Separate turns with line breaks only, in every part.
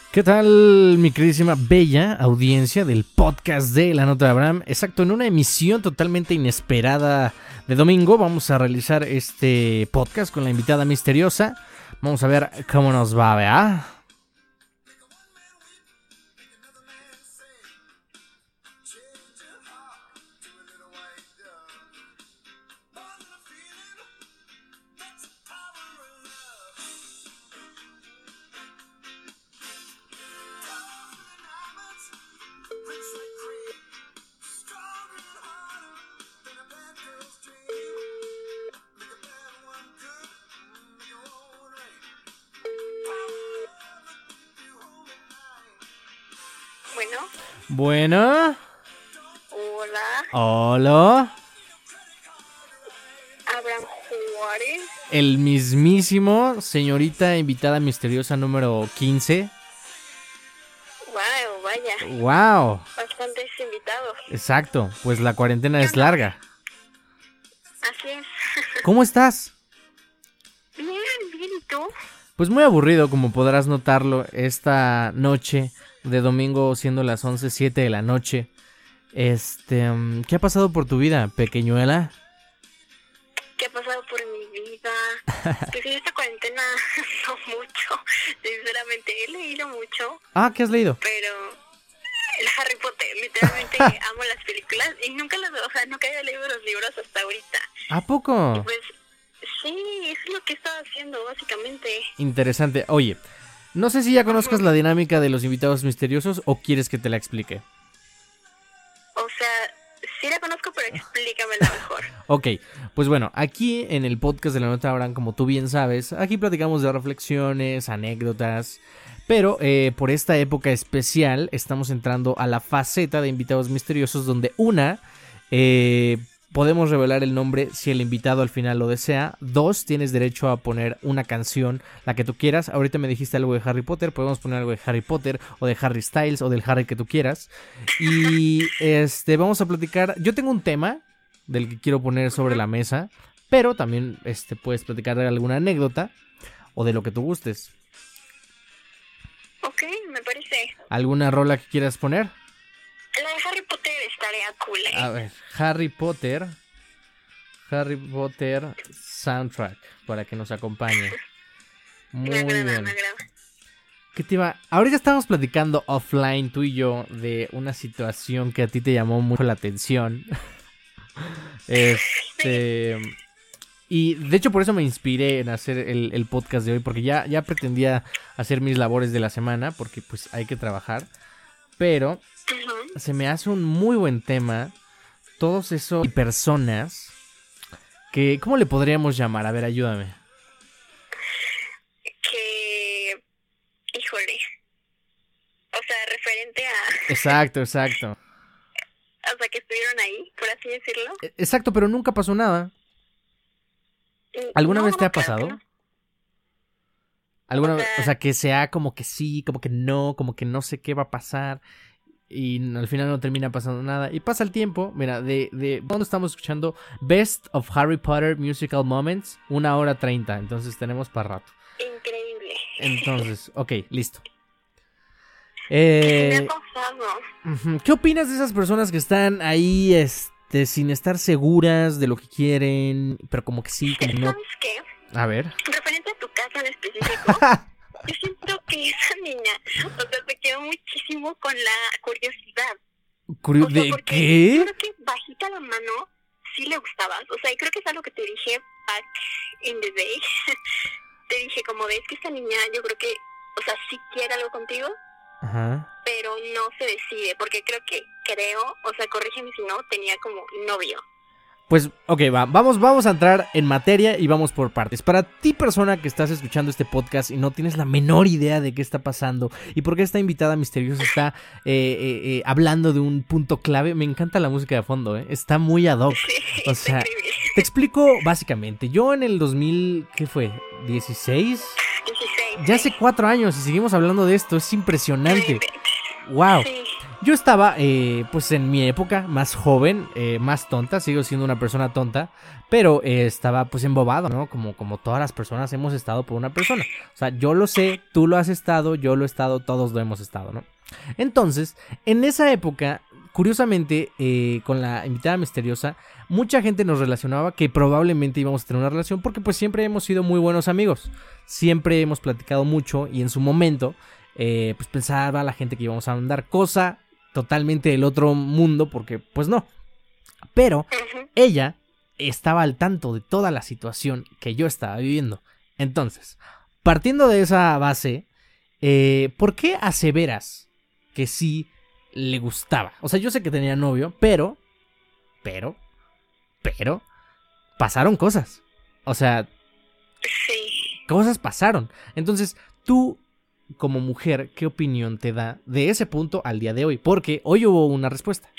¿Qué tal, mi queridísima bella audiencia del podcast de La Nota de Abraham? Exacto, en una emisión totalmente inesperada de domingo vamos a realizar este podcast con la invitada misteriosa. Vamos a ver cómo nos va, ¿verdad? Bueno.
Hola.
Hola.
Abraham Juárez.
El mismísimo, señorita invitada misteriosa número 15.
Wow, vaya.
Wow.
Bastantes invitados.
Exacto, pues la cuarentena es larga.
Así es.
¿Cómo estás?
Bien, ¿y tú?
Pues muy aburrido, como podrás notarlo, esta noche de domingo, siendo las 11:07 de la noche. ¿Qué ha pasado por tu vida, pequeñuela?
¿Qué ha pasado por mi vida? Pues en esta cuarentena no mucho. Sinceramente, he leído mucho.
Ah, ¿qué has leído?
Pero el Harry Potter, literalmente amo las películas y nunca nunca he leído los libros hasta ahorita.
¿A poco?
Y pues sí, eso es lo que estaba haciendo básicamente.
Interesante. Oye, no sé si ya conozcas la dinámica de los invitados misteriosos o quieres que te la explique.
O sea, sí la conozco, pero explícamela mejor.
Ok, pues bueno, aquí en el podcast de La Nota de Abraham, como tú bien sabes, aquí platicamos de reflexiones, anécdotas, pero por esta época especial estamos entrando a la faceta de invitados misteriosos donde podemos revelar el nombre si el invitado al final lo desea. 2, tienes derecho a poner una canción, la que tú quieras. Ahorita me dijiste algo de Harry Potter, podemos poner algo de Harry Potter o de Harry Styles o del Harry que tú quieras. Y vamos a platicar. Yo tengo un tema del que quiero poner sobre la mesa, pero también puedes platicar de alguna anécdota o de lo que tú gustes.
Ok, me parece.
¿Alguna rola que quieras poner?
La de Harry Potter estaría cool, ¿eh?
A ver, Harry Potter soundtrack, para que nos acompañe. Muy bien.
Me agrada.
¿Qué te iba? Ahorita estamos platicando offline, tú y yo, de una situación que a ti te llamó mucho la atención. Y de hecho por eso me inspiré en hacer el podcast de hoy, porque ya pretendía hacer mis labores de la semana, porque pues hay que trabajar. Pero se me hace un muy buen tema todos esos personas que, ¿cómo le podríamos llamar? A ver, ayúdame.
Híjole. O sea, referente a...
Exacto.
O sea, que estuvieron ahí, por así decirlo.
Exacto, pero nunca pasó nada. ¿Alguna vez te ha pasado?
No.
¿Alguna vez? O sea, que sea como que sí, como que no sé qué va a pasar y al final no termina pasando nada. Y pasa el tiempo, mira, ¿cuándo estamos escuchando? Best of Harry Potter Musical Moments, 1:30, entonces tenemos para rato.
Increíble.
Entonces, ok, listo.
Me ha pasado.
¿Qué opinas de esas personas que están ahí, sin estar seguras de lo que quieren, pero como que sí, como no?
¿Sabes qué?
A ver.
Referente a tu caso en específico, yo siento que esa niña, o sea, te quedó muchísimo con la curiosidad.
¿De qué?
Yo creo que bajita la mano sí le gustabas. O sea, y creo que es algo que te dije back in the day. Te dije como de, es que esta niña yo creo que, o sea, sí quiere algo contigo.
Ajá.
Pero no se decide, porque creo, o sea, corrígeme si no, tenía como novio.
Pues, ok, vamos a entrar en materia y vamos por partes. Para ti, persona que estás escuchando este podcast y no tienes la menor idea de qué está pasando y por qué esta invitada misteriosa está hablando de un punto clave, me encanta la música de fondo, está muy ad hoc.
Sí,
o sea,
increíble.
Te explico básicamente. Yo en el 2000, ¿qué fue? ¿16? Ya hace 4 años y seguimos hablando de esto, es impresionante. Wow.
Sí.
Yo estaba, pues en mi época, más joven, más tonta, sigo siendo una persona tonta, pero estaba pues embobado, ¿no? Como todas las personas hemos estado por una persona. O sea, yo lo sé, tú lo has estado, yo lo he estado, todos lo hemos estado, ¿no? Entonces, en esa época, curiosamente, con la invitada misteriosa, mucha gente nos relacionaba que probablemente íbamos a tener una relación porque pues siempre hemos sido muy buenos amigos. Siempre hemos platicado mucho y en su momento, pues pensaba la gente que íbamos a andar, cosa totalmente del otro mundo porque pues no. Pero ella estaba al tanto de toda la situación que yo estaba viviendo. Entonces, partiendo de esa base, ¿por qué aseveras que sí le gustaba? O sea, yo sé que tenía novio, pero pasaron cosas. O sea,
Sí.
cosas pasaron. Entonces, tú, como mujer, ¿qué opinión te da de ese punto al día de hoy? Porque hoy hubo una respuesta.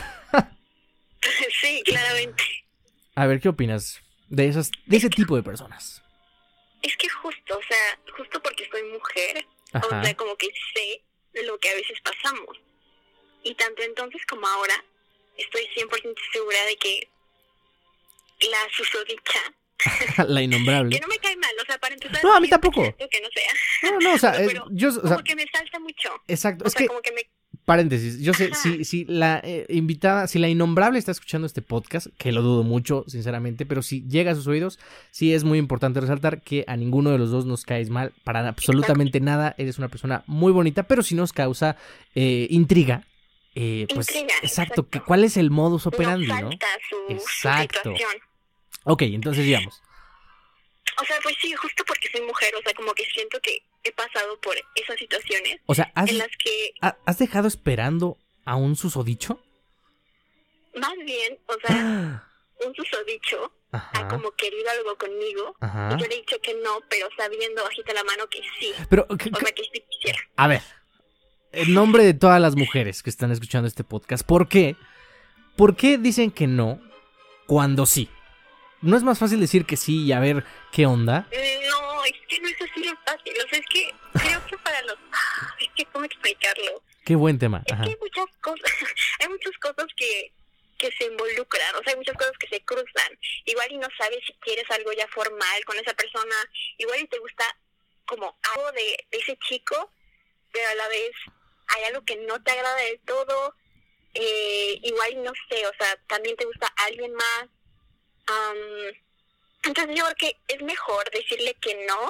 Sí, claramente.
A ver, ¿qué opinas de ese tipo de personas?
Es que justo porque soy mujer,
Ajá.
o sea, como que sé de lo que a veces pasamos. Y tanto entonces como ahora, estoy 100% segura de que la susodicha,
La innombrable.
que no me cae mal, o sea, para empezar...
No, a mí
sí,
tampoco.
que no sea.
No, o sea,
Pero
yo, o sea,
como que me salta mucho.
exacto,
O
es
sea,
que,
como que me...
paréntesis, yo sé,
Ajá.
si la invitada, si la innombrable está escuchando este podcast, que lo dudo mucho, sinceramente, pero si llega a sus oídos, sí es muy importante resaltar que a ninguno de los dos nos caes mal, para absolutamente nada, eres una persona muy bonita, pero si nos causa intriga, pues,
Intriga,
exacto,
exacto.
¿cuál es el modus
Nos
operandi, no?
falta su
Exacto.
situación.
Ok, entonces digamos.
O sea, pues sí, justo porque soy mujer, o sea, como que siento que he pasado por esas situaciones
O sea,
en las que,
¿has dejado esperando a un susodicho?
más bien, o sea, un susodicho ha
Ajá,
como querido algo conmigo,
ajá.
y yo le he dicho que no, pero sabiendo bajita la mano que sí,
Pero,
o sea, que sí quisiera.
a ver, en nombre de todas las mujeres que están escuchando este podcast, ¿por qué? ¿Por qué dicen que no cuando sí? ¿No es más fácil decir que sí y a ver qué onda?
No, es que no es así de fácil, o sea, es que creo que para los... Es que, ¿cómo explicarlo?
Qué buen tema.
Es
Ajá.
que hay muchas cosas, hay muchas cosas que se involucran, o sea, hay muchas cosas que se cruzan. Igual y no sabes si quieres algo ya formal con esa persona, igual y te gusta como algo de ese chico, pero a la vez hay algo que no te agrada del todo, igual y no sé, o sea, también te gusta alguien más. Entonces yo creo que es mejor decirle que no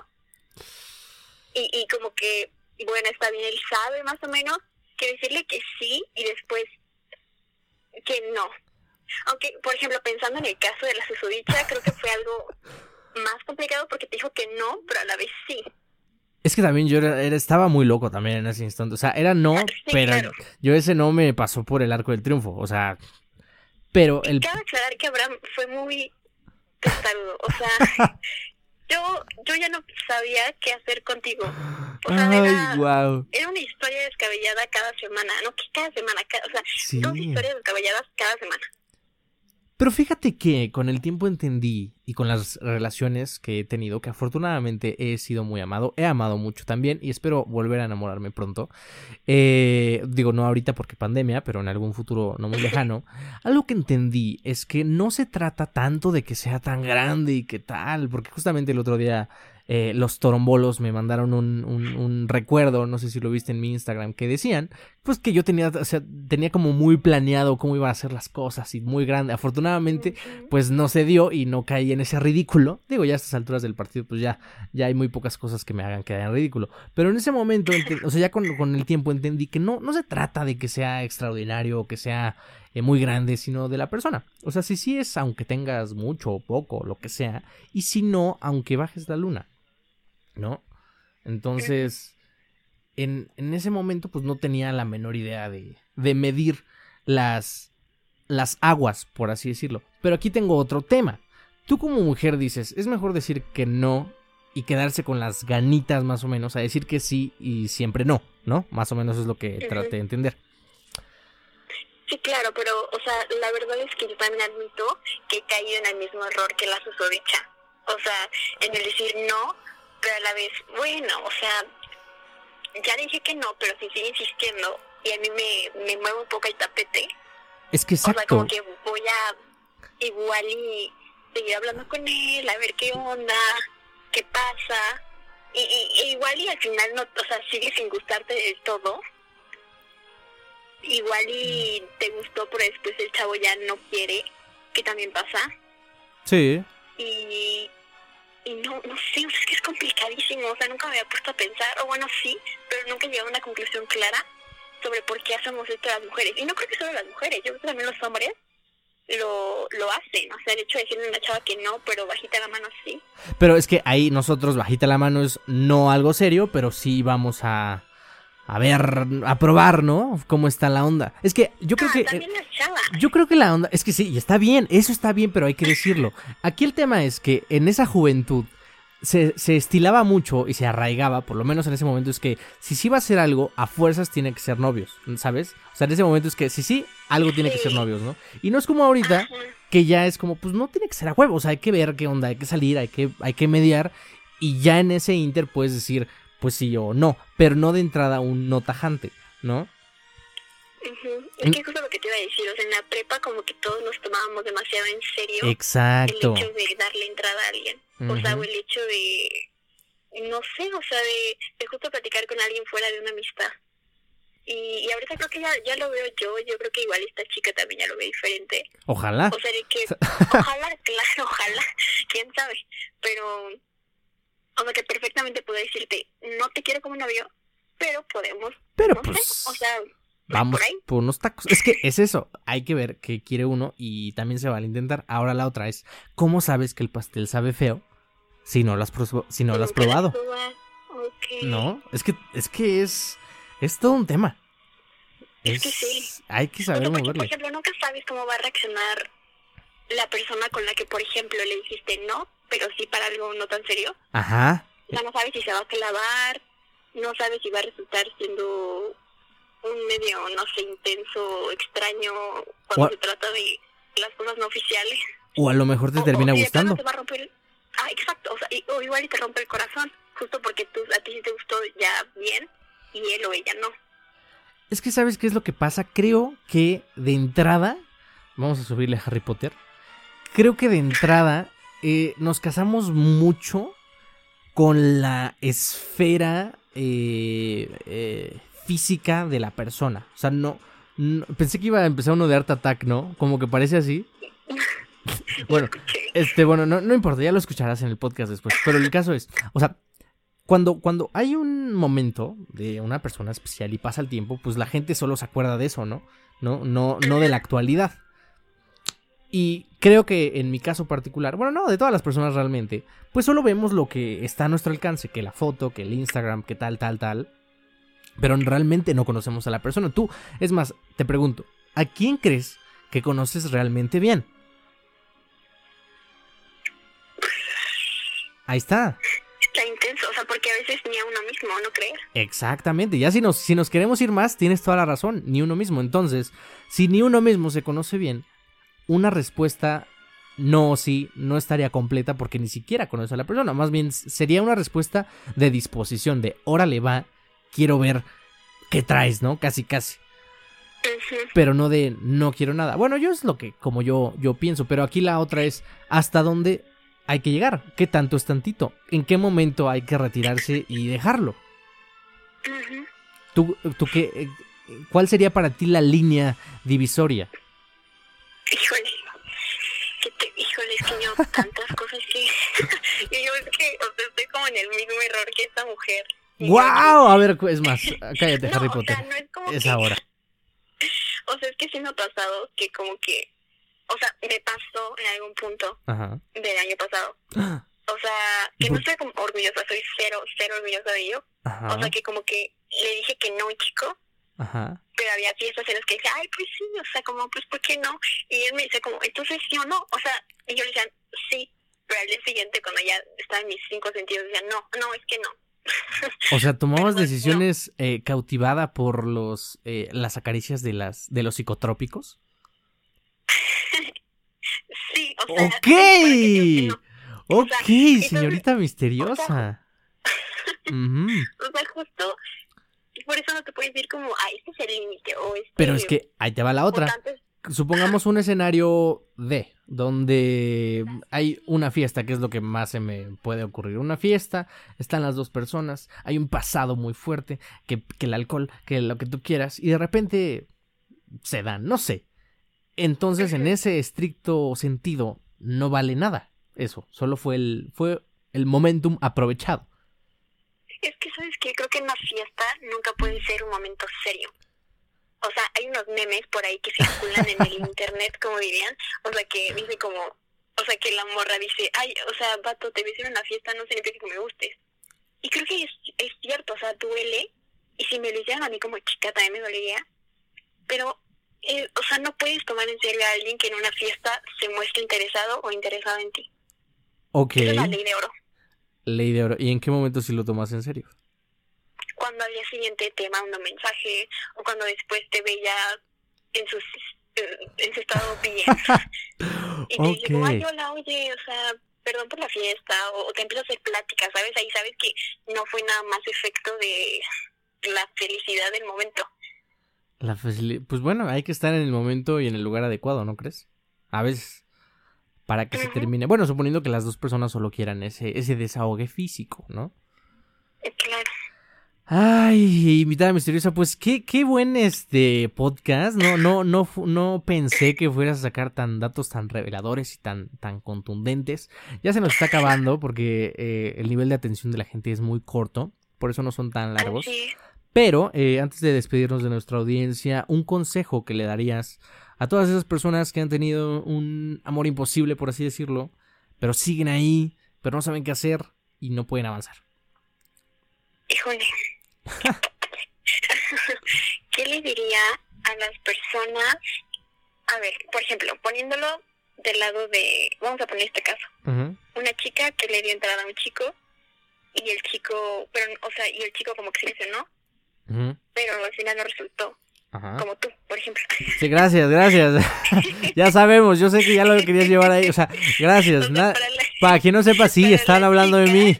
y como que, bueno, está bien, él sabe más o menos, que decirle que sí y después que no. Aunque, por ejemplo, pensando en el caso de la susodicha, creo que fue algo más complicado porque te dijo que no, pero a la vez sí.
Es que también yo estaba muy loco también en ese instante. O sea, era no,
Sí,
pero
claro.
yo ese no me pasó por el arco del triunfo. O sea, pero
Y
el...
cabe aclarar que Abraham fue muy testarudo. O sea, yo ya no sabía qué hacer contigo. O sea,
Ay, wow.
era una historia descabellada cada semana. No, que cada semana, o sea,
Sí.
2 historias descabelladas cada semana.
Pero fíjate que con el tiempo entendí y con las relaciones que he tenido, que afortunadamente he sido muy amado, he amado mucho también y espero volver a enamorarme pronto. Digo, no ahorita porque pandemia, pero en algún futuro no muy lejano. Algo que entendí es que no se trata tanto de que sea tan grande y que tal, porque justamente el otro día los torombolos me mandaron un recuerdo, no sé si lo viste en mi Instagram, que decían, pues que yo tenía, o sea, tenía como muy planeado cómo iban a ser las cosas y muy grande. Afortunadamente, pues no se dio y no caí en ese ridículo. Digo, ya a estas alturas del partido, pues ya hay muy pocas cosas que me hagan quedar en ridículo. Pero en ese momento, o sea, ya con el tiempo entendí que no se trata de que sea extraordinario o que sea muy grande, sino de la persona. O sea, si sí es, aunque tengas mucho o poco, lo que sea, y si no, aunque bajes la luna, ¿no? Entonces, en ese momento, pues no tenía la menor idea de medir las aguas, por así decirlo. Pero aquí tengo otro tema. Tú como mujer dices, es mejor decir que no y quedarse con las ganitas más o menos, a decir que sí y siempre no, ¿no? Más o menos es lo que traté de entender.
Sí, claro, pero, o sea, la verdad es que yo también admito que he caído en el mismo error que la susodicha. O sea, en el decir no, pero a la vez, bueno, o sea, ya dije que no, pero si sigue insistiendo, y a mí me mueve un poco el tapete.
Es que exacto.
O sea, como que voy a igual y seguir hablando con él, a ver qué onda, qué pasa. Y igual y al final no, o sea, sigue sin gustarte del todo. Igual y te gustó, pero después el chavo ya no quiere, que también pasa.
Sí.
Y no sé, o sea, es que es complicadísimo, o sea, nunca me había puesto a pensar, o bueno, sí, pero nunca he llegado a una conclusión clara sobre por qué hacemos esto las mujeres. Y no creo que solo las mujeres, yo creo que también los hombres lo hacen, o sea, el hecho de decirle a una chava que no, pero bajita la mano sí.
Pero es que ahí nosotros, bajita la mano es no algo serio, pero sí vamos a ver, a probar, ¿no? Cómo está la onda. Es que yo creo que...
también las chavas.
Yo creo que la onda... Es que sí, y está bien, eso está bien, pero hay que decirlo. Aquí el tema es que en esa juventud se estilaba mucho y se arraigaba, por lo menos en ese momento, es que si sí va a ser algo, a fuerzas tiene que ser novios, ¿sabes? O sea, en ese momento es que sí, algo tiene que ser novios, ¿no? Y no es como ahorita, que ya es como, pues no tiene que ser a huevo, o sea, hay que ver qué onda, hay que salir, hay que mediar, y ya en ese inter puedes decir, pues sí o no, pero no de entrada un no tajante, ¿no?
Es que justo lo que te iba a decir, o sea, en la prepa como que todos nos tomábamos demasiado en serio.
Exacto.
El hecho de darle entrada a alguien, o sea, o el hecho de, no sé, o sea, de justo platicar con alguien fuera de una amistad. Y ahorita creo que ya lo veo yo creo que igual esta chica también ya lo ve diferente.
Ojalá.
O sea, de que, ojalá, claro, ojalá, quién sabe, pero, o sea, que perfectamente puedo decirte, no te quiero como novio, pero podemos,
pero
no
pues...
sé, o sea...
Vamos por unos tacos. Es que es eso. Hay que ver qué quiere uno y también se vale intentar. Ahora la otra es, ¿cómo sabes que el pastel sabe feo si no lo has probado?
Okay.
No, es que es todo un tema.
Es que sí.
Hay que saber
porque,
moverle.
por ejemplo, nunca sabes cómo va a reaccionar la persona con la que, por ejemplo, le dijiste no, pero sí para algo no tan serio.
Ajá.
O sea, no sabes si se va a clavar, no sabes si va a resultar siendo un medio, no sé, intenso, extraño, cuando se trata de las cosas no oficiales.
O a lo mejor te termina gustando.
Te va a romper exacto, o sea, o igual y te rompe el corazón, justo porque a ti sí te gustó ya bien, y él o ella no.
Es que ¿sabes qué es lo que pasa? Creo que de entrada, vamos a subirle a Harry Potter, creo que de entrada nos casamos mucho con la esfera física de la persona. O sea, no, pensé que iba a empezar uno de Art Attack, ¿no? Como que parece así. Bueno, no importa, ya lo escucharás en el podcast después. Pero el caso es, o sea, cuando hay un momento de una persona especial y pasa el tiempo, pues la gente solo se acuerda de eso, ¿no? No de la actualidad. Y creo que en mi caso particular, bueno, no, de todas las personas realmente, pues solo vemos lo que está a nuestro alcance, que la foto, que el Instagram, que tal. Pero realmente no conocemos a la persona. Tú, es más, te pregunto, ¿a quién crees que conoces realmente bien? Ahí está.
Está intenso, o sea, porque a veces ni a uno mismo, ¿no crees?
Exactamente, ya si nos queremos ir más, tienes toda la razón, ni uno mismo. Entonces, si ni uno mismo se conoce bien, una respuesta no o sí no estaría completa porque ni siquiera conoce a la persona. Más bien sería una respuesta de disposición, de órale va, quiero ver qué traes, ¿no? Casi.
Uh-huh.
Pero no de no quiero nada. Bueno, yo es lo que como yo pienso, pero aquí la otra es hasta dónde hay que llegar, qué tanto es tantito, en qué momento hay que retirarse y dejarlo.
Uh-huh.
¿Tú qué, cuál sería para ti la línea divisoria?
Híjole, es que yo tantas cosas que yo es que, o sea, estoy como en el mismo error que esta mujer.
¡Guau! A ver, es más, cállate, Harry Potter.
O sea, no es como
es
que...
ahora.
O sea, es que sí me ha pasado que como que... O sea, me pasó en algún punto del año pasado. O sea, que no estoy como orgullosa, soy cero orgullosa de ello. O sea, que como que le dije que no, chico. Pero había fiestas en las que decía, ay, pues sí, o sea, como, pues, ¿por qué no? Y él me dice como, entonces sí o no. O sea, y yo le decía, sí. Pero al día siguiente, cuando ya estaba en mis 5 sentidos, decía, no, es que no.
O sea, tomabas decisiones cautivada por las acaricias de los psicotrópicos.
Sí, o sea...
Ok,
o sea,
señorita misteriosa.
O sea, justo por eso no te puedes decir como, este es el límite, o
Pero es que ahí te va la otra. Supongamos un escenario donde hay una fiesta, que es lo que más se me puede ocurrir. Una fiesta, están las dos personas, hay un pasado muy fuerte, que el alcohol, que lo que tú quieras, y de repente se dan, no sé. Entonces, en ese estricto sentido, no vale nada eso, solo fue el momentum aprovechado.
Es que, ¿sabes qué? Creo que una fiesta nunca puede ser un momento serio. O sea, hay unos memes por ahí que circulan en el internet, como dirían, o sea, que dice como, o sea, que la morra dice, o sea, vato, te ves en una fiesta, no significa que me gustes. Y creo que es cierto, o sea, duele, y si me lo hicieran a mí como chica también me dolería, pero, o sea, no puedes tomar en serio a alguien que en una fiesta se muestre interesado o interesado en ti.
Ok.
Esa es la ley de oro.
Ley de oro. ¿Y en qué momento sí lo tomas en serio?
Cuando al día siguiente te manda un mensaje, o cuando después te ve ya en su estado bien, y te dice como, hola, oye, o sea, perdón por la fiesta, o te empieza a hacer plática, ¿sabes? Ahí sabes que no fue nada más efecto de la felicidad del momento.
Pues bueno, hay que estar en el momento y en el lugar adecuado, ¿no crees? A veces, para que se termine. Bueno, suponiendo que las dos personas solo quieran ese desahogue físico, ¿no?
Claro.
Ay, invitada misteriosa, pues qué buen podcast. No pensé que fueras a sacar datos tan reveladores y tan contundentes. Ya se nos está acabando porque el nivel de atención de la gente es muy corto, por eso no son tan largos.
Sí.
Pero antes de despedirnos de nuestra audiencia, un consejo que le darías a todas esas personas que han tenido un amor imposible, por así decirlo, pero siguen ahí, pero no saben qué hacer y no pueden avanzar.
Híjole. ¿Qué le diría a las personas? A ver, por ejemplo, poniéndolo del lado de, vamos a poner este caso, una chica que le dio entrada a un chico y el chico, y el chico como que se lesionó, pero al final no resultó. Como tú, por ejemplo.
Sí, gracias. Ya sabemos, yo sé que ya lo querías llevar ahí, o sea, gracias. Para quien no sepa, sí, están hablando de mí.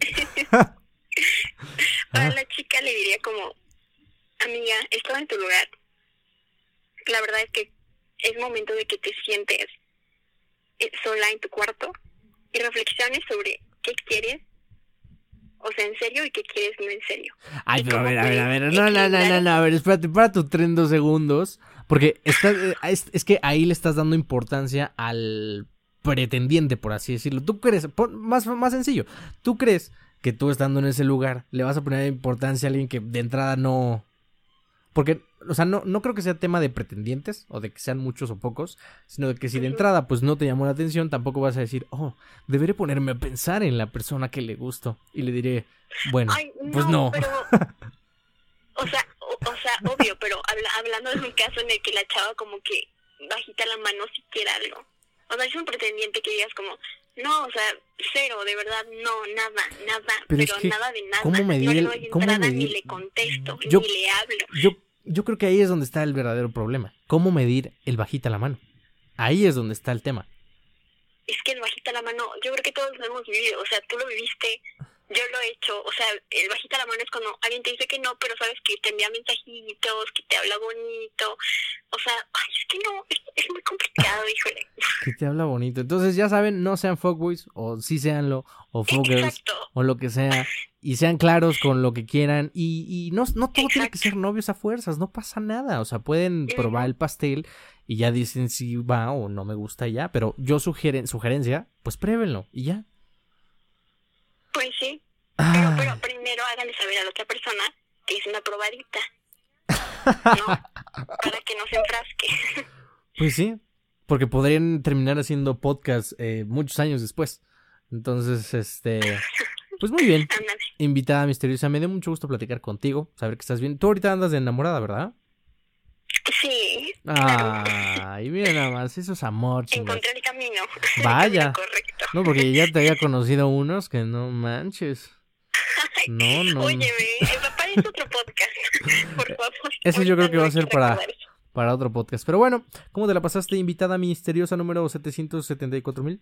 Para la chica le diría como, amiga, estaba en tu lugar. La verdad es que es momento de que te sientes sola en tu cuarto y reflexiones sobre qué quieres, o sea, en serio, y qué quieres no en serio.
Ay, pero a ver, no, a ver, espérate, para tu tren 2 segundos, porque es que ahí le estás dando importancia al pretendiente, por así decirlo. ¿Tú crees, más sencillo, tú crees que tú estando en ese lugar le vas a poner importancia a alguien que de entrada no? Porque, o sea, no creo que sea tema de pretendientes o de que sean muchos o pocos, sino de que si de entrada pues no te llamó la atención, tampoco vas a decir, deberé ponerme a pensar en la persona que le gusto. Y le diré, bueno, pues no.
Pero, o sea, obvio, pero hablando de un caso en el que la chava como que bajita la mano si quiere algo. O sea, es un pretendiente que digas como, no, o sea, cero, de verdad, no, nada, pero es que, nada de nada.
¿cómo medir
no le doy entrada, ni le contesto, ni le hablo.
Yo creo que ahí es donde está el verdadero problema. ¿Cómo medir el bajita la mano? Ahí es donde está el tema.
Es que el bajita la mano, yo creo que todos lo hemos vivido, o sea, tú lo viviste, yo lo he hecho, o sea, el bajita la mano es cuando alguien te dice que no, pero sabes que te envía mensajitos, que te habla bonito, o sea, es que no, es muy complicado, híjole.
Que te habla bonito, entonces ya saben, no sean fuckboys, o sí seanlo, o fuckgirls, o lo que sea, y sean claros con lo que quieran, y no todo tiene que ser novios a fuerzas, no pasa nada, o sea, pueden probar el pastel, y ya dicen si va o no me gusta ya, pero yo sugerencia, pues pruébenlo, y ya.
Pues sí, pero primero háganle saber a la otra persona que es una probadita, ¿no? Para que no se enfrasque.
Pues sí, porque podrían terminar haciendo podcast muchos años después. Entonces, pues muy bien. Invitada misteriosa, me dio mucho gusto platicar contigo, saber que estás bien. Tú ahorita andas de enamorada, ¿verdad?
Sí.
Ay, mira nada más, eso es amor, chingados.
Encontré el camino.
Vaya.
El camino correcto.
No, porque ya te había conocido unos que no manches. No.
Óyeme, para eso otro podcast, por favor.
Eso yo creo que va a ser para otro podcast. Pero bueno, ¿cómo te la pasaste, invitada misteriosa número 774,000?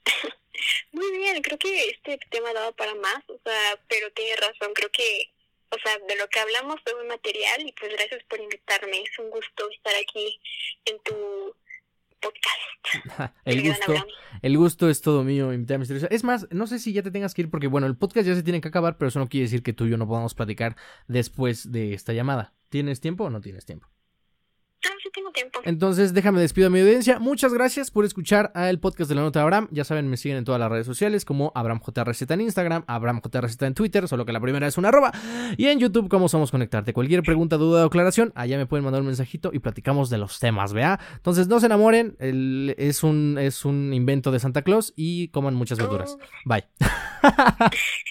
Muy bien, creo que este tema daba para más, o sea, pero tienes razón, creo que, o sea, de lo que hablamos fue un material y pues gracias por invitarme. Es un gusto estar aquí en tu podcast.
El gusto es todo mío, invitada misteriosa. Es más, no sé si ya te tengas que ir porque, bueno, el podcast ya se tiene que acabar, pero eso no quiere decir que tú y yo no podamos platicar después de esta llamada. ¿Tienes tiempo o no tienes tiempo?
Sí tengo tiempo.
Entonces déjame despido a mi audiencia. Muchas gracias por escuchar el podcast de La Nota de Abraham. Ya saben, me siguen en todas las redes sociales como AbrahamJRZ en Instagram, AbrahamJRZ en Twitter, solo que la primera es una arroba, y en YouTube como Somos Conectarte. Cualquier pregunta, duda o aclaración, allá me pueden mandar un mensajito y platicamos de los temas, ¿vea? Entonces no se enamoren, es un invento de Santa Claus y coman muchas verduras. Bye.